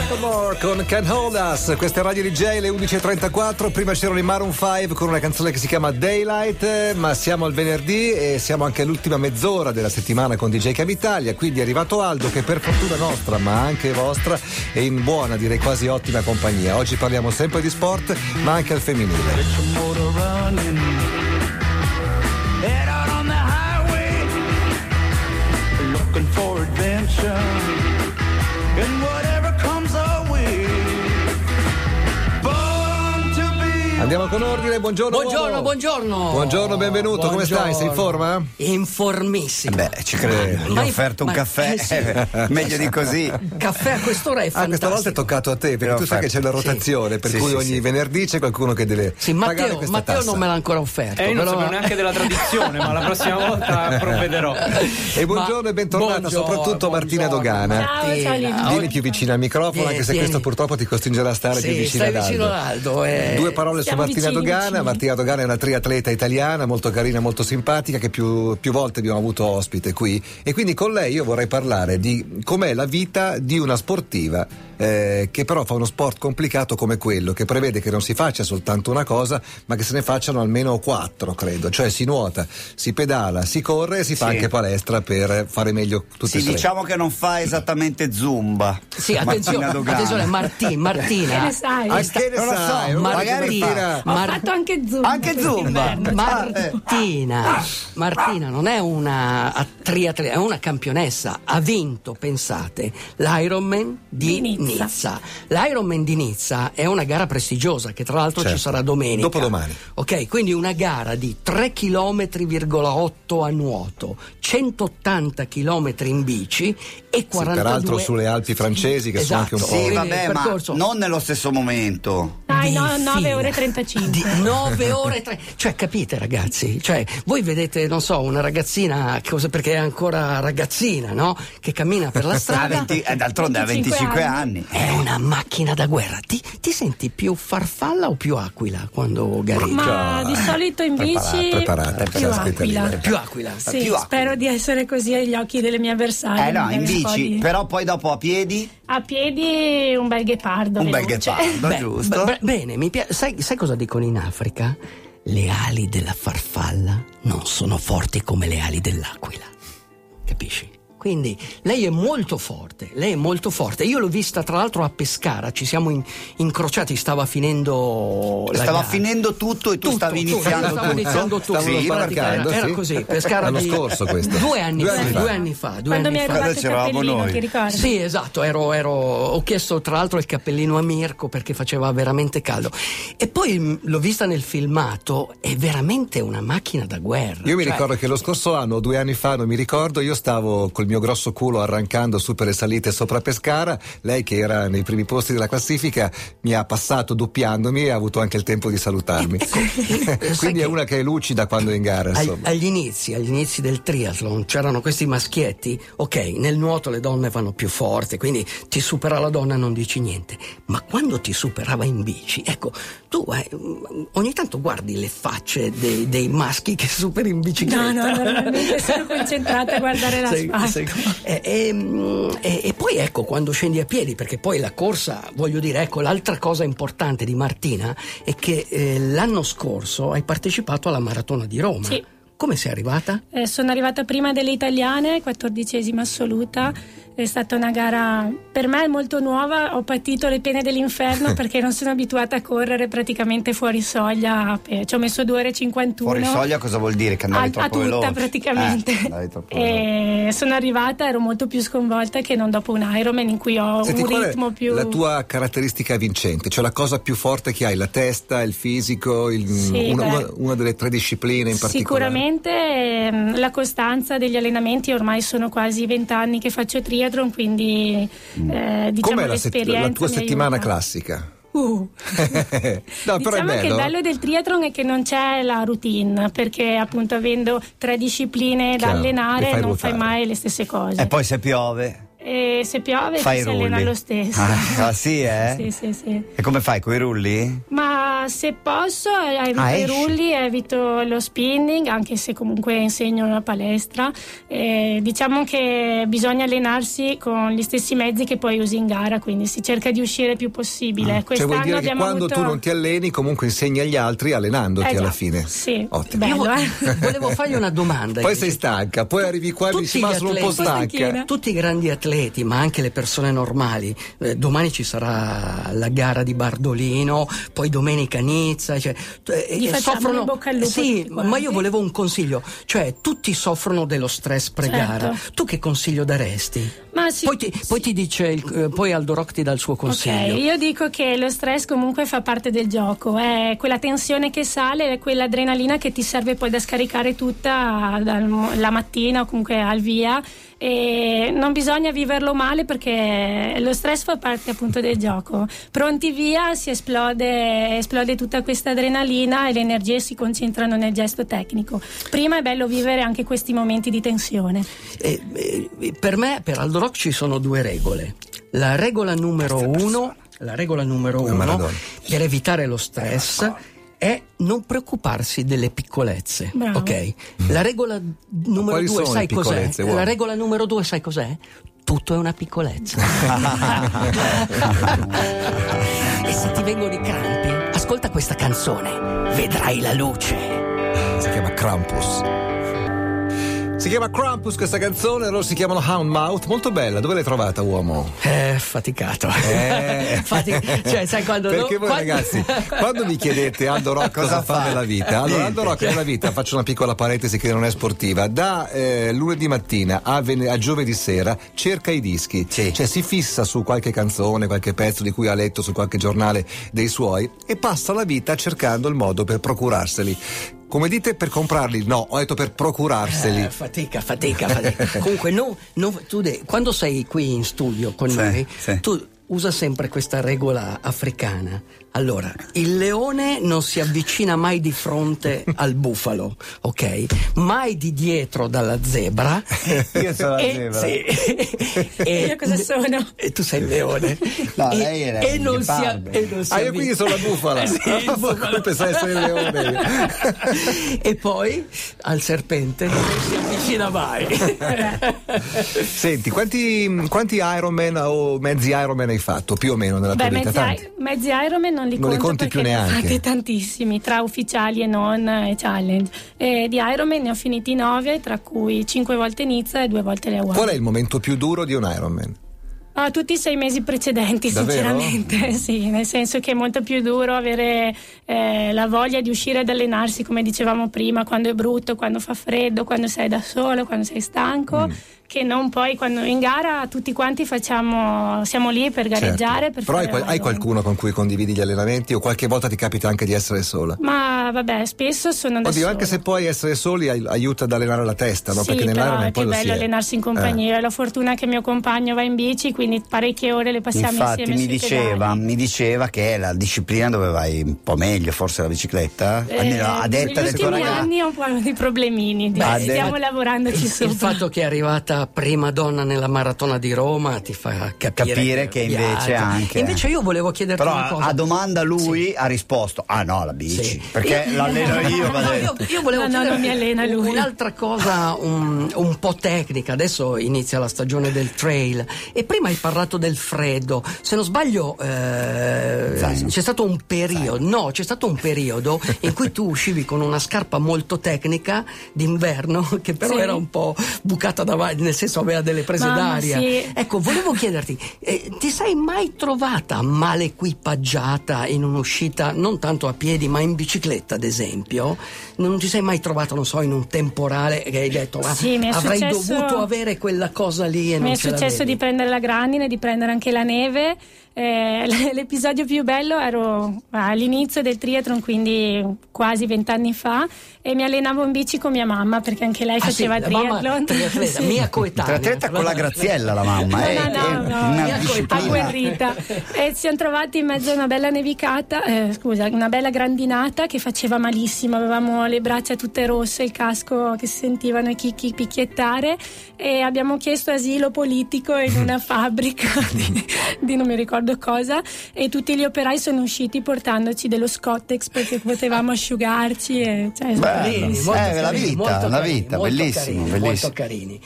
Macklemore con Can't Hold Us. Questa è Radio DJ, le 11.34. Prima c'erano i Maroon 5 con una canzone che si chiama Daylight, ma siamo al venerdì e siamo anche all'ultima mezz'ora della settimana con DJ Cam Italia. Quindi è arrivato Aldo, che per fortuna nostra ma anche vostra è in buona, direi quasi ottima compagnia. Oggi parliamo sempre di sport ma anche al femminile. For adventure and whatever comes our way. Born to be. Andiamo con ordine, buongiorno. Buongiorno, benvenuto. Come stai? Sei in forma? Informissimo. Ci credo. Mi ha offerto un caffè. Sì. Meglio di così. Caffè a quest'ora è fantastico. Questa volta è toccato a te, perché tu sai che c'è la rotazione, per cui ogni venerdì c'è qualcuno che deve pagare questa Matteo tassa. non me l'ha ancora offerto. Io non sapevo neanche della tradizione, ma la prossima volta provvederò. E buongiorno e bentornata soprattutto Martina Dogana. Ciao. Vieni più vicino al microfono, anche se questo purtroppo ti costringerà a stare più vicino ad Aldo. Due parole su Martina Dogana. Vicini. Martina Dogana è una triatleta italiana molto carina, molto simpatica, che più volte abbiamo avuto ospite qui, e quindi con lei io vorrei parlare di com'è la vita di una sportiva che però fa uno sport complicato come quello, che prevede che non si faccia soltanto una cosa ma che se ne facciano almeno 4, credo, cioè si nuota, si pedala, si corre e si fa anche palestra per fare meglio tutte e tre. Diciamo che non fa esattamente zumba. Sì, attenzione, Martina. Che ne sai? Che ne sai? Martina. Ho fatto anche zumba. Anche zumba. Martina non è una triatleta, è una campionessa. Ha vinto, pensate, l'Ironman di Nizza. L'Ironman di Nizza è una gara prestigiosa che tra l'altro ci sarà domenica. Dopodomani. Ok, quindi una gara di 3,8 km a nuoto, 180 km in bici e 42. Peraltro sulle Alpi francesi, che sono anche un po'. Sì, vabbè, ma non nello stesso momento. Dai, 9 ore e 35. 9 ore e 3. Cioè, capite, ragazzi? Cioè, voi vedete, non so, una ragazzina, perché è ancora ragazzina, no? Che cammina per la strada. D'altronde ha 25 anni. È una macchina da guerra. Ti senti più farfalla o più aquila quando gareggi? Ma di solito in bici preparata, più aquila. Più aquila. Sì, più spero di essere così agli occhi delle mie avversarie. No, in bici, però poi dopo a piedi. A piedi un bel ghepardo. Un bel veloce. ghepardo, giusto? Bene, mi piace. Sai cosa dicono in Africa? Le ali della farfalla non sono forti come le ali dell'aquila. Capisci? Quindi lei è molto forte. Io l'ho vista tra l'altro a Pescara, ci siamo incrociati, stava finendo finendo tutto e tu stavi iniziando tutto. Sì, era così, Pescara l'anno scorso questo. 2 anni fa. Quando mi hai rubato il cappellino, ti ricordi? Sì, esatto, ho chiesto tra l'altro il cappellino a Mirko perché faceva veramente caldo. E poi l'ho vista nel filmato, è veramente una macchina da guerra. Io mi ricordo che lo scorso anno, 2 anni fa, non mi ricordo, io stavo col mio grosso culo arrancando su per le salite sopra Pescara, lei che era nei primi posti della classifica mi ha passato doppiandomi e ha avuto anche il tempo di salutarmi. Quindi è una che è lucida quando è in gara, insomma. Agli inizi del triathlon c'erano questi maschietti, ok, nel nuoto le donne vanno più forti, quindi ti supera la donna, non dici niente, ma quando ti superava in bici, ecco, tu ogni tanto guardi le facce dei maschi che superi in bicicletta. No, normalmente sono concentrata a guardare l'asfalto. E poi ecco, quando scendi a piedi, perché poi la corsa, voglio dire, ecco, l'altra cosa importante di Martina è che l'anno scorso hai partecipato alla Maratona di Roma. Sì. Come sei arrivata? Sono arrivata prima delle italiane, 14ª assoluta. È stata una gara per me molto nuova, ho patito le pene dell'inferno perché non sono abituata a correre praticamente fuori soglia, ci ho messo 2 ore e 51. Fuori soglia cosa vuol dire? Che andavi troppo veloce? Praticamente. Veloce. Sono arrivata, ero molto più sconvolta che non dopo un Ironman in cui ho un ritmo più... La tua caratteristica vincente, cioè la cosa più forte che hai, la testa, il fisico, una delle 3 discipline in particolare? Sicuramente la costanza degli allenamenti, ormai sono quasi 20 anni che faccio triathlon, quindi diciamo com'è l'esperienza la tua settimana aiuta. classica? No, però diciamo è bello. che il bello del triathlon è che non c'è la routine, perché appunto avendo 3 discipline da allenare non fai mai le stesse cose. E poi se piove? E se piove fai si allena lo stesso. Sì, eh? Sì. E come fai, coi rulli? Ma se posso evito i rulli, evito lo spinning, anche se comunque insegno una palestra. Diciamo che bisogna allenarsi con gli stessi mezzi che poi usi in gara, quindi si cerca di uscire il più possibile. Cioè vuol dire che quando tu non ti alleni comunque insegni agli altri allenandoti alla fine. Sì. Ottimo. Io volevo fargli una domanda. Poi sei stanca, poi arrivi qua e mi dici: ma sono un po' stanca. Tutti i grandi atleti, ma anche le persone normali, domani ci sarà la gara di Bardolino, poi domenica Nizza, cioè, soffrono in bocca al lupo. Sì, ma io volevo un consiglio, cioè tutti soffrono dello stress pre-gara. Tu che consiglio daresti? Ma sì, poi ti dice poi Aldo Rock ti dà il suo consiglio. Ok, io dico che lo stress comunque fa parte del gioco, è quella tensione che sale, è quell'adrenalina che ti serve poi da scaricare tutta la mattina o comunque al via, e non bisogna viverlo male perché lo stress fa parte appunto del gioco. Pronti via, si esplode tutta questa adrenalina e le energie si concentrano nel gesto tecnico. Prima è bello vivere anche questi momenti di tensione. Per me, per Aldo Rock ci sono due regole. La regola numero uno per evitare lo stress è non preoccuparsi delle piccolezze. Bravo. Ok? La regola numero due, sai cos'è? Uomo? La regola numero 2, sai cos'è? Tutto è una piccolezza. E se ti vengono i crampi, ascolta questa canzone, vedrai la luce. Si chiama Krampus. Si chiama Krampus questa canzone, loro si chiamano Houndmouth, molto bella. Dove l'hai trovata, uomo? Faticato. Cioè, sai quando perché voi ragazzi, quando mi chiedete Aldo Rock cosa fa nella vita? Allora, Aldo Rock nella vita, faccio una piccola parentesi che non è sportiva, da lunedì mattina a giovedì sera cerca i dischi, cioè si fissa su qualche canzone, qualche pezzo di cui ha letto su qualche giornale dei suoi e passa la vita cercando il modo per procurarseli. Come dite, per comprarli? No, ho detto per procurarseli. Fatica. Comunque, quando sei qui in studio con noi, tu usa sempre questa regola africana. Allora, il leone non si avvicina mai di fronte al bufalo, ok? Mai di dietro dalla zebra. Io sono la zebra. Sì. Io cosa sono? E tu sei il leone. No, lei era e non si io quindi sono la bufala. Sì, Pensavo essere il leone. E poi al serpente non si avvicina mai. Senti, quanti Ironman o mezzi Ironman hai fatto più o meno nella tua vita? Mezzi Ironman non li conti più neanche. Ne ho fatti tantissimi, tra ufficiali e non e challenge. Di Ironman ne ho finiti 9, tra cui 5 volte Nizza e 2 volte le Hawaii. Qual è il momento più duro di un Ironman? Tutti i 6 mesi precedenti. Davvero? Sinceramente sì, nel senso che è molto più duro avere la voglia di uscire ad allenarsi, come dicevamo prima, quando è brutto, quando fa freddo, quando sei da solo, quando sei stanco, che non poi quando in gara tutti quanti siamo lì per gareggiare. Certo. Però hai qualcuno con cui condividi gli allenamenti o qualche volta ti capita anche di essere sola? Ma vabbè, spesso sono da sola. Anche se poi essere soli aiuta ad allenare la testa, no? Sì, perché nell'Ironman poi è bello allenarsi in compagnia. Io ho la fortuna che mio compagno va in bici, quindi parecchie ore le passiamo insieme. Infatti mi diceva che è la disciplina dove vai un po' meglio, forse la bicicletta. A detta del tuo ragazzo. Negli ultimi anni ho un po' di problemini, stiamo lavorandoci sopra. Il fatto che è arrivata prima donna nella maratona di Roma ti fa capire che invece anche. Invece io volevo chiederti una cosa. A domanda lui ha risposto: no, la bici, perché l'alleno io. Io volevo non mi allena lui. Un'altra cosa un po' tecnica. Adesso inizia la stagione del trail e prima hai parlato del freddo. Se non sbaglio c'è stato un periodo in cui tu uscivi con una scarpa molto tecnica d'inverno che però era un po' bucata davanti, nel senso aveva delle prese d'aria. Sì. Ecco, volevo chiederti, ti sei mai trovata mal equipaggiata in un'uscita, non tanto a piedi ma in bicicletta ad esempio? Non ti sei mai trovata, non so, in un temporale che hai detto avrei dovuto avere quella cosa lì e non ce l'avevi? Mi è successo di prendere la grandine, di prendere anche la neve. L'episodio più bello ero all'inizio del triathlon, quindi quasi 20 anni fa, e mi allenavo in bici con mia mamma perché anche lei faceva triathlon. Mia coetanea. Triatleta con la Graziella, la mamma. No, agguerrita. E ci siamo trovati in mezzo a una bella nevicata, una bella grandinata che faceva malissimo. Avevamo le braccia tutte rosse, il casco che si sentivano i chicchi picchiettare, e abbiamo chiesto asilo politico in una fabbrica di non mi ricordo ricordo cosa, e tutti gli operai sono usciti portandoci dello Scottex perché potevamo asciugarci e, cioè, Bello. La vita, molto bellissimo, carini, bellissimo. molto carini.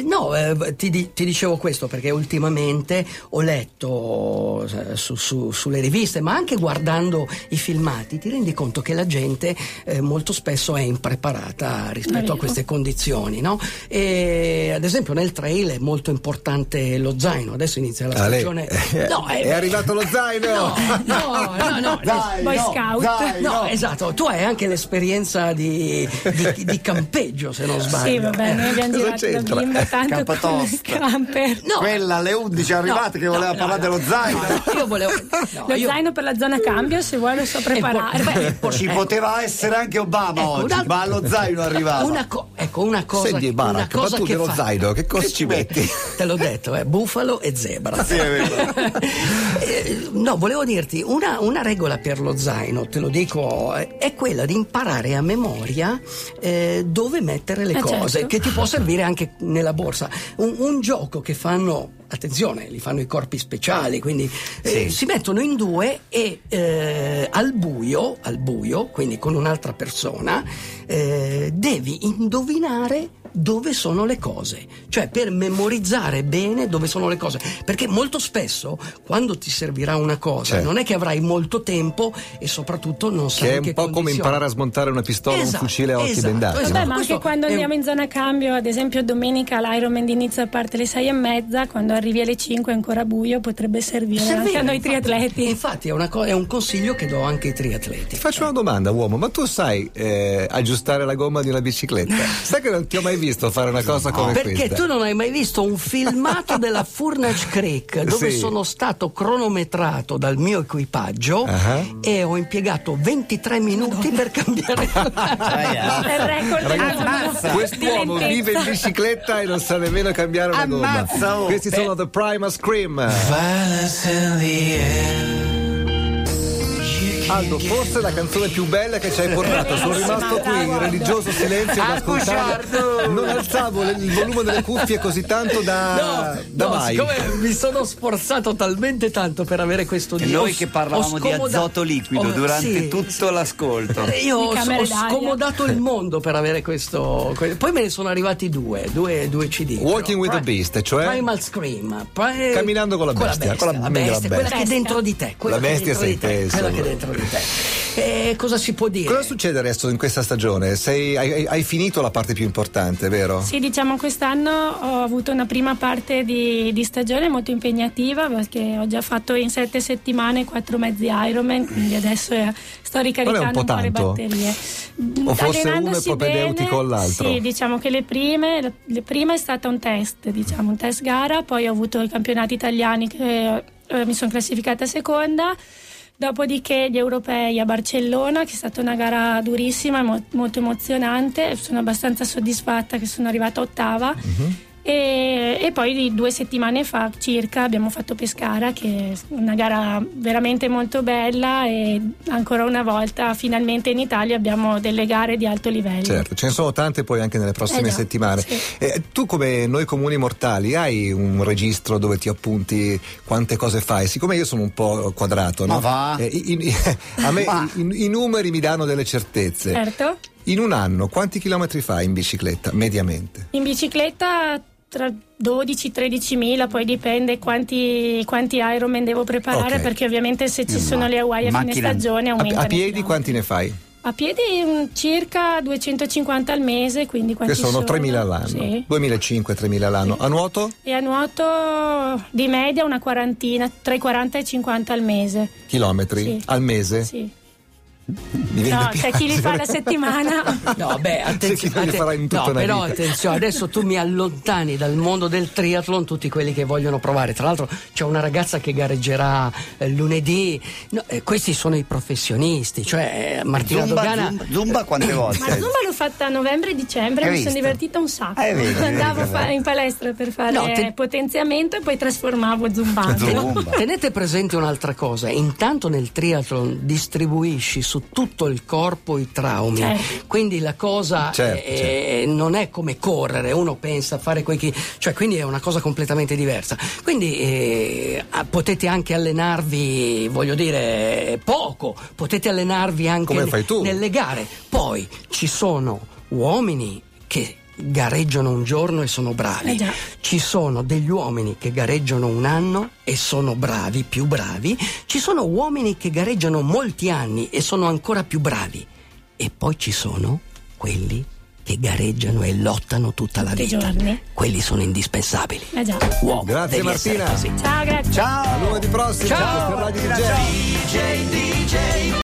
Ti dicevo questo perché ultimamente ho letto sulle riviste, ma anche guardando i filmati, ti rendi conto che la gente molto spesso è impreparata rispetto a queste condizioni, no? E ad esempio nel trail è molto importante lo zaino. Adesso inizia la stagione. È arrivato lo zaino. No, Boy Scout. No, esatto, tu hai anche l'esperienza di campeggio, se non sbaglio. Sì, vabbè, noi abbiamo Cosa girato da c'entra? bimba tanto con il Campotosta. camper. No. Quella alle 11 è arrivata che voleva parlare dello zaino. Io volevo Zaino per la zona cambio, se vuoi lo so preparare. Ci poteva essere anche Obama oggi, ma allo zaino arrivava. Una cosa. Senti, una Barack, cosa ma tu che dello fa- zaino che cosa ci metti? Te l'ho detto, bufalo e zebra. Sì, è vero. No, volevo dirti, una regola per lo zaino, te lo dico, è quella di imparare a memoria dove mettere le cose, certo. che ti può servire anche nella borsa. Un gioco che fanno, attenzione, li fanno i corpi speciali, quindi si mettono in due e al buio, quindi con un'altra persona, devi indovinare dove sono le cose, cioè per memorizzare bene dove sono le cose, perché molto spesso quando ti servirà una cosa non è che avrai molto tempo e soprattutto non sai Che è in che un po' come condizioni. imparare a smontare una pistola o un fucile a occhi bendati. Vabbè, ma Questo anche quando è andiamo in zona cambio, ad esempio domenica l'Ironman inizia a parte alle 6:30, quando arrivi alle 5 è ancora buio, potrebbe servire anche a noi triatleti. Infatti è un consiglio che do anche ai triatleti. Ti faccio una domanda, uomo, ma tu sai aggiustare la gomma di una bicicletta? Sai che non ti ho mai visto fare una cosa come Perché questa? tu non hai mai visto un filmato della Furnace Creek dove Sì. sono stato cronometrato dal mio equipaggio e ho impiegato 23 minuti per cambiare È il record del mondo. Quest'uomo di vive in lentezza. bicicletta e non sa nemmeno cambiare una gomma. Ammazza, oh. Questi sono The Primal Scream. Aldo, forse la canzone più bella che ci hai portato. Sono rimasto qui in religioso silenzio ad ascoltarla. Non alzavo il volume delle cuffie così tanto da mai. Siccome mi sono sforzato talmente tanto per avere questo E noi che parlavamo di azoto liquido durante tutto l'ascolto. Io ho camere d'aria. scomodato il mondo per avere questo. Poi me ne sono arrivati due CD. Walking with the Beast, cioè Primal Scream. Camminando con la bestia, con la bestia. quella che è dentro di te. La bestia sei te, Quella insomma. che è dentro di te. E cosa si può dire? Cosa succede adesso in questa stagione? Hai finito la parte più importante, vero? Sì, diciamo quest'anno ho avuto una prima parte di stagione molto impegnativa, perché ho già fatto in 7 settimane 4 mezzi Ironman, quindi adesso sto ricaricando Non è un po' le tanto? batterie. O forse uno è Allenandosi propedeutico bene, all'altro? Sì, diciamo che le prime è stata un test gara, poi ho avuto i campionati italiani che mi sono classificata seconda. Dopodiché gli europei a Barcellona, che è stata una gara durissima e molto emozionante. Sono abbastanza soddisfatta che sono arrivata ottava. E poi 2 settimane fa circa abbiamo fatto Pescara, che è una gara veramente molto bella, e ancora una volta finalmente in Italia abbiamo delle gare di alto livello. Certo, ce ne sono tante poi anche nelle prossime già, settimane. sì. Tu, come noi comuni mortali, hai un registro dove ti appunti quante cose fai? Siccome io sono un po' quadrato, no? Ma va? A me i numeri mi danno delle certezze. Certo. In un anno quanti chilometri fai in bicicletta, mediamente? In bicicletta tra 12-13 mila, poi dipende quanti Ironman devo preparare, Ok. perché ovviamente se ci sono le Hawaii a fine stagione aumentano A i piedi chilometri. quanti ne fai? A piedi circa 250 al mese, quindi Che quanti sono 3.000 all'anno, Sì. 2.500-3.000 all'anno. A nuoto? E a nuoto di media una quarantina, tra i 40 e i 50 al mese. Chilometri? Sì. Al mese? Sì. Mi viene No, da c'è chi li fa piangere. la settimana. No, beh, C'è chi non li farà in tutta no, una però vita. attenzione, adesso tu mi allontani dal mondo del triathlon tutti quelli che vogliono provare. Tra l'altro c'è una ragazza che gareggerà lunedì. No, questi sono i professionisti, cioè Martina Dogana. Zumba quante volte? Ma la Zumba l'ho fatta a novembre e dicembre, Hai mi sono visto? divertita un sacco. Vedi, Andavo vedi. in palestra per fare No, potenziamento e poi trasformavo zumbando. Zumba. Tenete presente un'altra cosa, intanto nel triathlon distribuisci su su tutto il corpo i traumi. Certo. Quindi la cosa non è come correre, uno pensa a fare cioè quindi è una cosa completamente diversa. Quindi potete anche allenarvi, voglio dire, poco, potete allenarvi anche come fai tu nelle gare. Poi ci sono uomini che gareggiano un giorno e sono bravi, ci sono degli uomini che gareggiano un anno e sono bravi, più bravi, ci sono uomini che gareggiano molti anni e sono ancora più bravi, e poi ci sono quelli che gareggiano e lottano tutta la vita. Giorni. Quelli sono indispensabili. Uomo, grazie Martina, così. Ciao, grazie. Ciao, a lunedì prossimo. Ciao. Radio DJ.